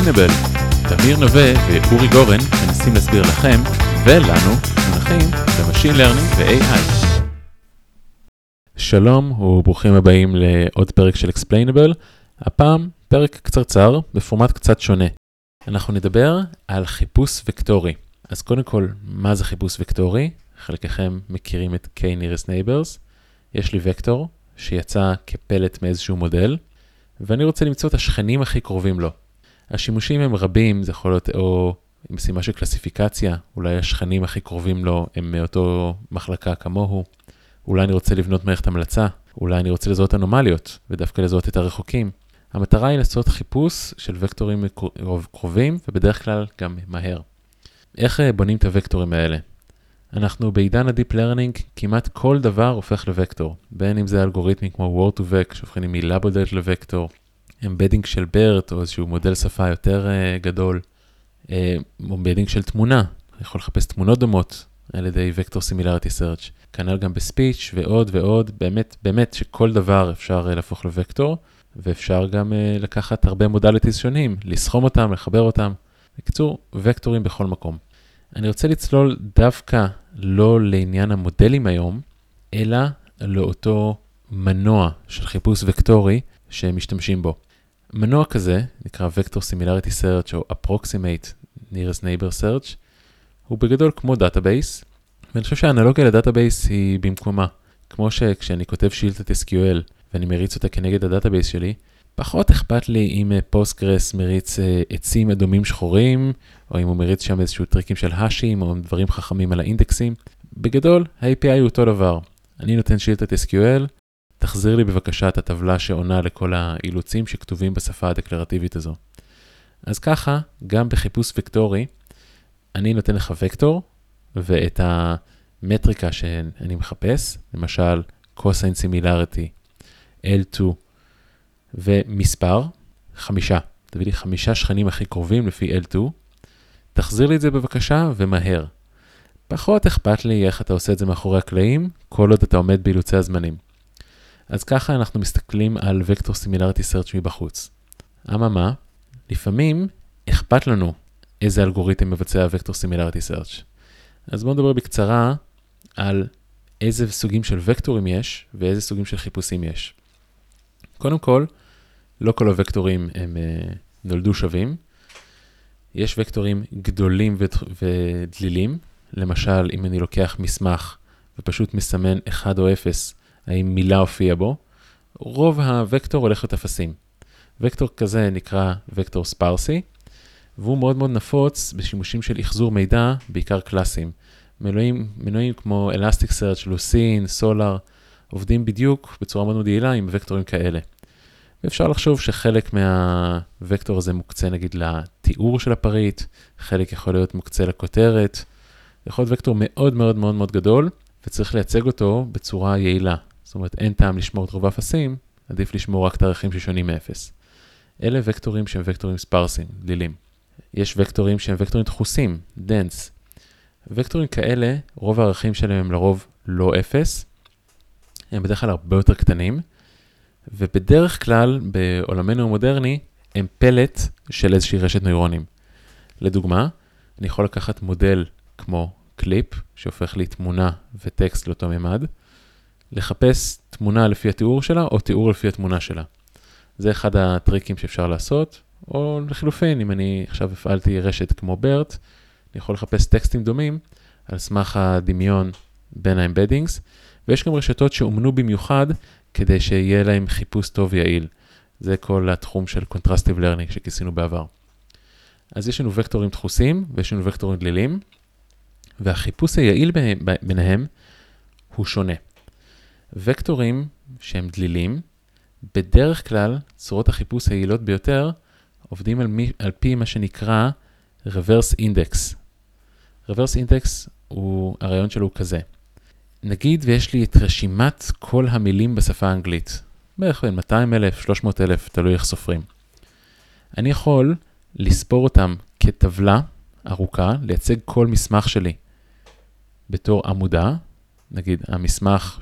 Explainable. תמיר נווה ואורי גורן מנסים להסביר לכם ולנו מונחים במשין לרנינג ו-AI. שלום וברוכים הבאים לעוד פרק של Explainable. הפעם פרק קצרצר בפורמט קצת שונה. אנחנו נדבר על חיפוש וקטורי. אז קודם כל, מה זה חיפוש וקטורי? חלקכם מכירים את K-Nearest Neighbors. יש לי וקטור שיצא כפלט מאיזשהו מודל, ואני רוצה למצוא את השכנים הכי קרובים לו. השימושים הם רבים, זה יכול להיות או משימה של קלסיפיקציה, אולי השכנים הכי קרובים לו הם מאותו מחלקה כמוהו, אולי אני רוצה לבנות מערכת המלצה, אולי אני רוצה לזהות אנומליות, ודווקא לזהות את הרחוקים. המטרה היא לעשות חיפוש של וקטורים קרובים, ובדרך כלל גם מהר. איך בונים את הוקטורים האלה? אנחנו בעידן הדיפ לרנינג, כמעט כל דבר הופך לוקטור. בין אם זה אלגוריתמים כמו word2vec, שהופכים מילה בודדת לוקטור, אמבדינג של BERT, או איזשהו מודל שפה יותר גדול, אמבדינג של תמונה, אני יכול לחפש תמונות דומות על ידי Vector Similarity Search. כנ"ל גם בספיץ' ועוד ועוד, באמת שכל דבר אפשר להפוך לוקטור, ואפשר גם לקחת הרבה מודליטיז שונים, לסכום אותם, לחבר אותם. בקיצור, וקטורים בכל מקום. אני רוצה לצלול דווקא לא לעניין המודלים היום, אלא לאותו מנוע של חיפוש וקטורי שמשתמשים בו. מנוע כזה, נקרא Vector Similarity Search או Approximate Nearest Neighbor Search, הוא בגדול כמו דאטאבייס, ואני חושב שהאנלוגיה לדאטאבייס היא במקומה. כמו שכשאני כותב שילטת SQL ואני מריץ אותה כנגד הדאטאבייס שלי, פחות אכפת לי אם פוסטגרס מריץ עצים אדומים שחורים, או אם הוא מריץ שם איזשהו טריקים של האשים, או דברים חכמים על האינדקסים. בגדול, ה-API הוא אותו דבר. אני נותן שילטת SQL, תחזיר לי בבקשה את הטבלה שעונה לכל האילוצים שכתובים בשפה הדקלרטיבית הזו. אז ככה, גם בחיפוש וקטורי, אני נותן לך וקטור, ואת המטריקה שאני מחפש, למשל, cosine similarity, L2, ומספר, 5. תביא לי 5 שכנים הכי קרובים לפי L2. תחזיר לי את זה בבקשה ומהר. פחות אכפת לי איך אתה עושה את זה מאחורי הקלעים, כל עוד אתה עומד באילוצי הזמנים. אז ככה אנחנו מסתכלים על Vector Similarity Search מבחוץ. אממה, לפעמים אכפת לנו איזה אלגוריתם מבצע Vector Similarity Search. אז בואו נדבר בקצרה על איזה סוגים של וקטורים יש ואיזה סוגים של חיפושים יש. קודם כל, לא כל הוקטורים הם נולדו שווים. יש וקטורים גדולים ודלילים. למשל, אם אני לוקח מסמך ופשוט מסמן 1 או 0, האם מילה הופיע בו, רוב הוקטור הולך לתפסים. וקטור כזה נקרא וקטור ספרסי, והוא מאוד מאוד נפוץ בשימושים של אחזור מידע, בעיקר קלאסיים. מנועים כמו Elasticsearch, Lucene, Solr, עובדים בדיוק בצורה מאוד יעילה עם וקטורים כאלה. ואפשר לחשוב שחלק מהוקטור הזה מוקצה נגיד לתיאור של הפריט, חלק יכול להיות מוקצה לכותרת, יכול להיות וקטור מאוד מאוד מאוד מאוד גדול, וצריך לייצג אותו בצורה יעילה. זאת אומרת, אין טעם לשמור את רוב האפסים, עדיף לשמור רק את הערכים ששונים מ-0. אלה וקטורים שהם וקטורים ספרסיים, דלילים. יש וקטורים שהם וקטורים דחוסים, dense. וקטורים כאלה, רוב הערכים שלהם הם לרוב לא 0, הם בדרך כלל הרבה יותר קטנים, ובדרך כלל, בעולמנו המודרני, הם פלט של איזושהי רשת נוירונים. לדוגמה, אני יכול לקחת מודל כמו קליפ, שהופך לי תמונה וטקסט לאותו ממד, לחפש תמונה לפי התיאור שלה, או תיאור לפי התמונה שלה. זה אחד הטריקים שאפשר לעשות, או לחילופין, אם אני עכשיו הפעלתי רשת כמו BERT, אני יכול לחפש טקסטים דומים, על סמך הדמיון בין האמבדינגס, ויש גם רשתות שאומנו במיוחד, כדי שיהיה להם חיפוש טוב ויעיל. זה כל התחום של Contrastive Learning שכיסינו בעבר. אז יש לנו וקטורים דחוסים, ויש לנו וקטורים דלילים, והחיפוש היעיל ביניהם הוא שונה. וקטורים שהם דלילים, בדרך כלל צורות החיפוש היעילות ביותר, עובדים על פי מה שנקרא Reverse Index. Reverse Index הרעיון שלו כזה. נגיד ויש לי את רשימת כל המילים בשפה האנגלית, בערך בין 200,000, 300,000, תלוי איך סופרים. אני יכול לספור אותם כטבלה ארוכה, לייצג כל מסמך שלי בתור עמודה, נגיד המסמך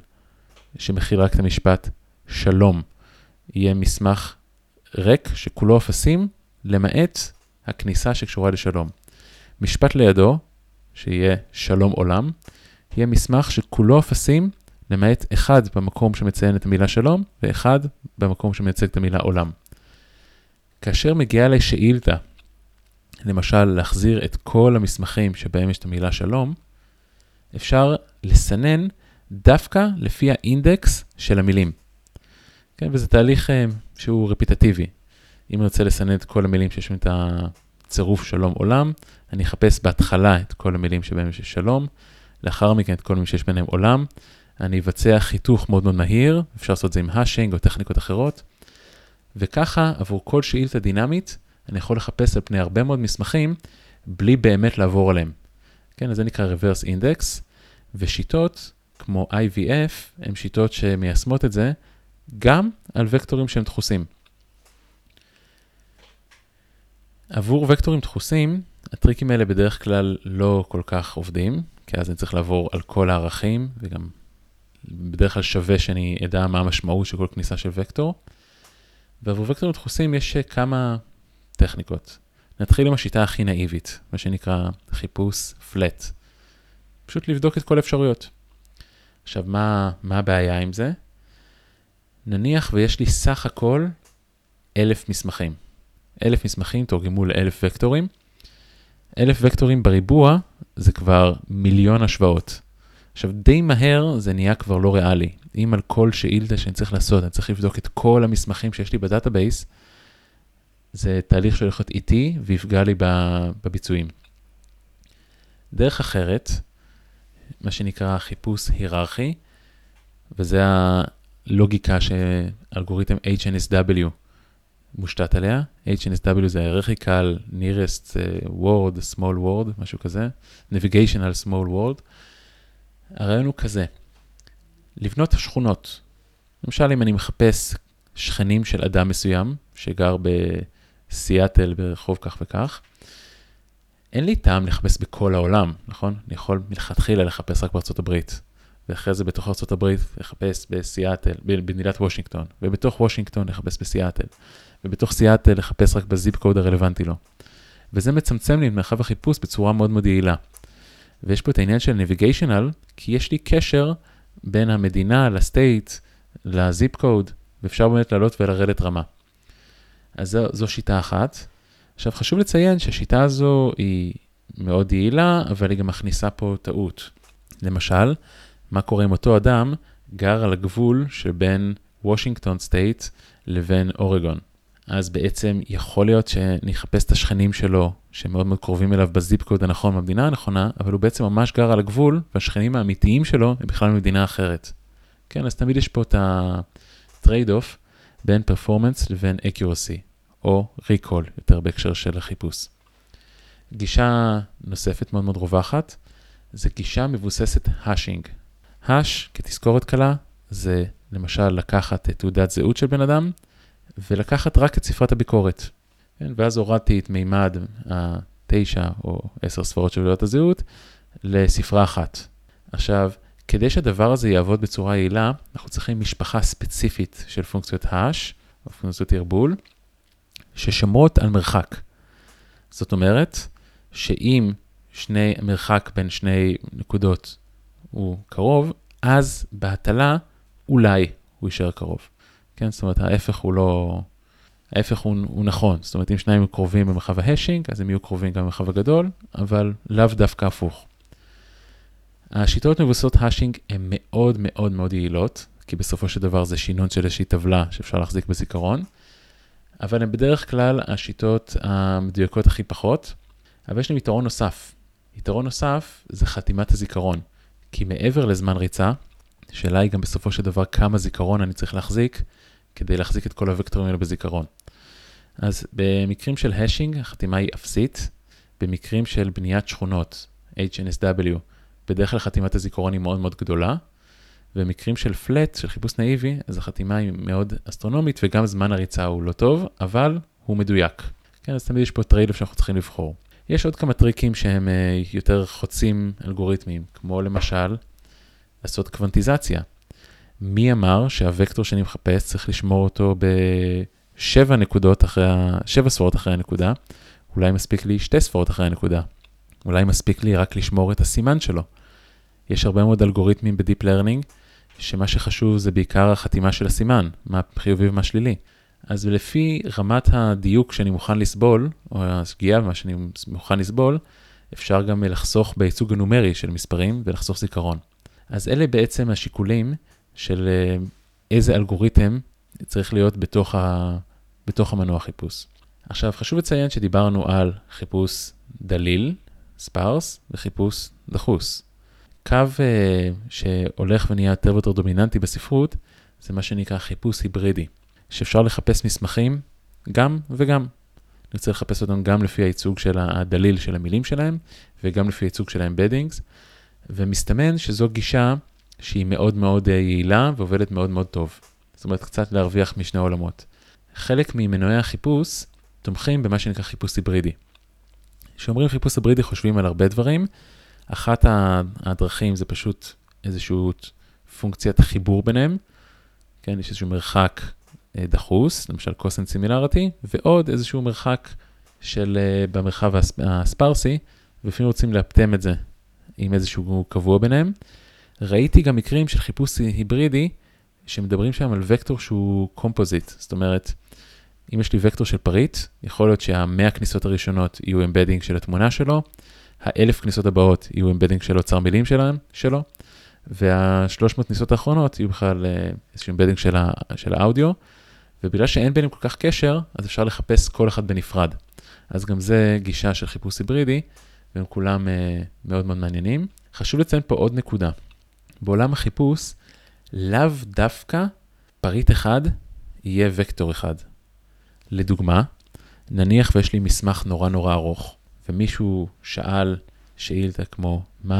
שמכיל רק את המשפט שלום, יהיה מסמך ריק שכולו אפסים למעט הכניסה שקשורה לשלום. משפט לידו, שיהיה שלום עולם, יהיה מסמך שכולו אפסים, למעט אחד במקום שמציין את המילה שלום, ואחד במקום שמייצג את המילה עולם. כאשר מגיעה לי שאילתה, למשל להחזיר את כל המסמכים שבהם יש את המילה שלום, אפשר לסנן דווקא לפי האינדקס של המילים. כן, וזה תהליך שהוא רפיטטיבי. אם אני רוצה לסנן את כל המילים שיש את הצירוף שלום עולם, אני אחפש בהתחלה את כל המילים שבהם יש שלום, לאחר מכן את כל המילים שיש ביניהם עולם, אני אבצע חיתוך מאוד מאוד מהיר, אפשר לעשות את זה עם השינג או טכניקות אחרות, וככה עבור כל שאילתה דינמית, אני יכול לחפש על פני הרבה מאוד מסמכים, בלי באמת לעבור עליהם. כן, אז זה נקרא reverse index, ושיטות כמו IVF, הן שיטות שמיישמות את זה, גם על וקטורים שהם דחוסים. עבור וקטורים דחוסים, הטריקים האלה בדרך כלל לא כל כך עובדים, כי אז אני צריך לעבור על כל הערכים, וגם בדרך כלל שווה שאני אדע מה המשמעות של כל כניסה של וקטור. ועבור וקטורים דחוסים יש כמה טכניקות. נתחיל עם השיטה הכי נאיבית, מה שנקרא חיפוש flat. פשוט לבדוק את כל האפשרויות. עכשיו, מה הבעיה עם זה? נניח ויש לי סך הכל 1,000 מסמכים. 1,000 מסמכים תורגמו ל1,000 וקטורים. 1,000 וקטורים בריבוע זה כבר מיליון השוואות. עכשיו, די מהר זה נהיה כבר לא ריאלי. אם על כל שאילתה שאני צריך לעשות, אני צריך לבדוק את כל המסמכים שיש לי בדאטאבייס, זה תהליך שהולך להיות איטי ויפגע לי בביצועים. דרך אחרת, מה שנקרא חיפוש היררכי, וזה הלוגיקה שאלגוריתם HNSW מושתת עליה. HNSW זה hierarchical nearest word, small word, משהו כזה, navigational small word. הרעיון הוא כזה, לבנות שכונות. למשל, אם אני מחפש שכנים של אדם מסוים, שגר בסיאטל ברחוב כך וכך, אין לי טעם לחפש בכל העולם, נכון? אני יכול מלכתחילה לחפש רק בארצות הברית, ואחרי זה בתוך ארצות הברית לחפש בסיאטל, במדינת וושינגטון, ובתוך וושינגטון לחפש בסיאטל, ובתוך סיאטל לחפש רק בזיפ קוד הרלוונטי לו. וזה מצמצם לי את מרחב החיפוש בצורה מאוד מאוד יעילה. ויש פה את העניין של navigational, כי יש לי קשר בין המדינה לסטייט, לזיפ קוד, ואפשר באמת לעלות ולרדת רמה. אז זו שיטה אחת. עכשיו חשוב לציין שהשיטה הזו היא מאוד יעילה, אבל היא גם מכניסה פה טעות. למשל, מה קורה עם אותו אדם גר על הגבול שבין וושינגטון סטייט לבין אורגון. אז בעצם יכול להיות שנחפש את השכנים שלו, שמאוד מאוד קרובים אליו בזיפ קוד הנכון, במדינה הנכונה, אבל הוא בעצם ממש גר על הגבול, והשכנים האמיתיים שלו הם בכלל במדינה אחרת. כן, אז תמיד יש פה את ה-trade-off בין performance לבין accuracy, או recall, יותר בהקשר של החיפוש. גישה נוספת מאוד מאוד רווחת, זה גישה מבוססת hashing. hash, כתזכורת קלה, זה למשל לקחת את תעודת זהות של בן אדם, ולקחת רק את ספרת הביקורת. כן? ואז הורדתי את מימד ה9 או 10 ספרות של תעודת הזהות לספרה אחת. עכשיו, כדי שהדבר הזה יעבוד בצורה יעילה, אנחנו צריכים משפחה ספציפית של פונקציות hash, או פונקציות ערבול, ששומרות על מרחק. זאת אומרת, שאם מרחק בין שני נקודות הוא קרוב, אז בהטלה אולי הוא יישאר קרוב. כן, זאת אומרת, ההפך הוא נכון. זאת אומרת, אם שניים יהיו קרובים במרחב ההשינג, אז הם יהיו קרובים גם במרחב הגדול, אבל לאו דווקא הפוך. השיטות מבוססות השינג הן מאוד מאוד מאוד יעילות, כי בסופו של דבר זה שינון של איזושהי טבלה שאפשר להחזיק בזיכרון, אבל הן בדרך כלל השיטות המדויקות הכי פחות, אבל יש להם יתרון נוסף. יתרון נוסף זה חתימת הזיכרון, כי מעבר לזמן ריצה, שאלה היא גם בסופו של דבר כמה זיכרון אני צריך להחזיק, כדי להחזיק את כל הוקטורים האלה בזיכרון. אז במקרים של השינג, החתימה היא אפסית, במקרים של בניית שכונות, HNSW, בדרך כלל חתימת הזיכרון היא מאוד מאוד גדולה, ובמקרים של פלט, של חיפוש נאיבי, אז החתימה היא מאוד אסטרונומית, וגם זמן הריצה הוא לא טוב, אבל הוא מדויק. כן, אז תמיד יש פה טרייד-אוף שאנחנו צריכים לבחור. יש עוד כמה טריקים שהם יותר חוצים אלגוריתמים, כמו למשל, לעשות קוונטיזציה. מי אמר שהווקטור שאני מחפש צריך לשמור אותו 7 ספרות אחרי הנקודה, אולי מספיק לי 2 ספרות אחרי הנקודה. אולי מספיק לי רק לשמור את הסימן שלו. יש הרבה מאוד אלגוריתמים בדיפ לרנינג, שמה שחשוב זה בעיקר החתימה של הסימן, מה חיובי ומה שלילי. אז לפי רמת הדיוק שאני מוכן לסבול, או השגיאה ומה שאני מוכן לסבול, אפשר גם לחסוך בייצוג הנומרי של מספרים ולחסוך זיכרון. אז אלה בעצם השיקולים של איזה אלגוריתם צריך להיות בתוך המנוע חיפוש. עכשיו, חשוב לציין שדיברנו על חיפוש דליל, ספרס, וחיפוש דחוס. קו שהולך ונהיה יותר ויותר דומיננטי בספרות, זה מה שנקרא חיפוש היברידי, שאפשר לחפש מסמכים גם וגם. אני רוצה לחפש אותם גם לפי הייצוג של הדליל של המילים שלהם, וגם לפי הייצוג של האמבדינגס, ומסתמן שזו גישה שהיא מאוד מאוד יעילה ועובדת מאוד מאוד טוב. זאת אומרת, קצת להרוויח משני העולמות. חלק ממנועי החיפוש תומכים במה שנקרא חיפוש היברידי. כשאומרים חיפוש היברידי חושבים על הרבה דברים. אחת הדרכים זה פשוט איזושהי פונקציית חיבור ביניהם. כן, יש איזשהו מרחק דחוס, למשל קוסן סימילריטי, ועוד איזשהו מרחק במרחב הספרסי, ולפעמים רוצים לאפטם את זה עם איזשהו קבוע ביניהם. ראיתי גם מקרים של חיפוש היברידי, שמדברים שם על וקטור שהוא קומפוזיט. זאת אומרת, אם יש לי וקטור של פריט, יכול להיות שה100 כניסות הראשונות יהיו אמבדינג של התמונה שלו, ה1000 כניסות הבאות יהיו אמבדינג של אוצר מילים שלו, וה300 כניסות האחרונות יהיו בכלל איזשהו אמבדינג של האודיו, ובגלל שאין ביניהם כל כך קשר, אז אפשר לחפש כל אחד בנפרד. אז גם זה גישה של חיפוש היברידי, והם כולם מאוד מאוד מעניינים. חשוב לציין פה עוד נקודה. בעולם החיפוש, לאו דווקא פריט אחד יהיה וקטור אחד. לדוגמה, נניח ויש לי מסמך נורא נורא ארוך, ומישהו שאל שאילתה כמו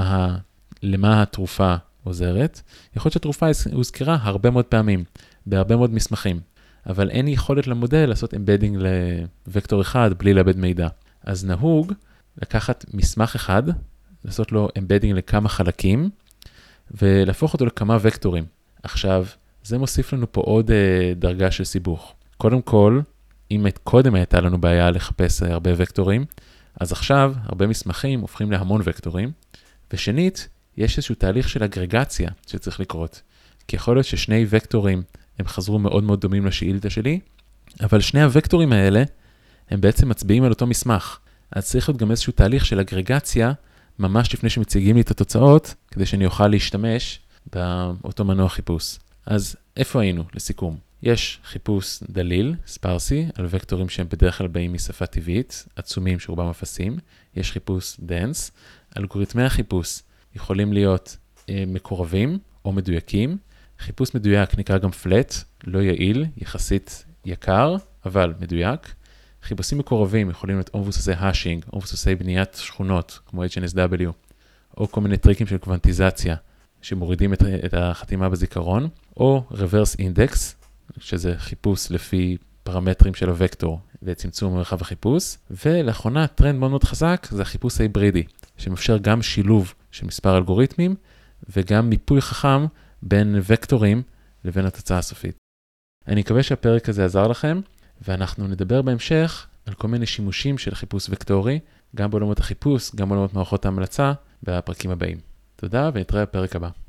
למה התרופה עוזרת, יכול להיות שהתרופה הוזכרה הרבה מאוד פעמים, בהרבה מאוד מסמכים, אבל אין יכולת למודל לעשות אמבדינג לוקטור אחד בלי לאבד מידע. אז נהוג לקחת מסמך אחד, לעשות לו אמבדינג לכמה חלקים, ולהפוך אותו לכמה וקטורים. עכשיו, זה מוסיף לנו פה עוד דרגה של סיבוך. קודם כל, אם קודם הייתה לנו בעיה לחפש הרבה וקטורים, אז עכשיו הרבה מסמכים הופכים להמון וקטורים, ושנית, יש איזשהו תהליך של אגרגציה שצריך לקרות. כי יכול להיות ששני וקטורים הם חזרו מאוד מאוד דומים לשאילתה שלי, אבל שני הוקטורים האלה הם בעצם מצביעים על אותו מסמך. אז צריך להיות גם איזשהו תהליך של אגרגציה, ממש לפני שמציגים לי את התוצאות, כדי שאני אוכל להשתמש באותו מנוע חיפוש. אז איפה היינו לסיכום? יש חיפוש דליל, ספרסי, על וקטורים שהם בדרך כלל באים משפה טבעית, עצומים שרובם אפסים. יש חיפוש דנס. אלגוריתמי החיפוש יכולים להיות מקורבים או מדויקים. חיפוש מדויק נקרא גם פלט, לא יעיל, יחסית יקר, אבל מדויק. חיפושים מקורבים יכולים להיות או מבוססי השינג, או מבוססי בניית שכונות, כמו HNSW, או כל מיני טריקים של קוונטיזציה, שמורידים את החתימה בזיכרון, או reverse index, שזה חיפוש לפי פרמטרים של הוקטור, וצמצום מרחב החיפוש. ולאחרונה, טרנד מאוד מאוד חזק, זה החיפוש ההיברידי, שמאפשר גם שילוב של מספר אלגוריתמים, וגם מיפוי חכם בין וקטורים לבין התוצאה הסופית. אני מקווה שהפרק הזה עזר לכם, ואנחנו נדבר בהמשך על כל מיני שימושים של חיפוש וקטורי, גם בעולמות החיפוש, גם בעולמות מערכות ההמלצה, בפרקים הבאים. תודה ונתראה בפרק הבא.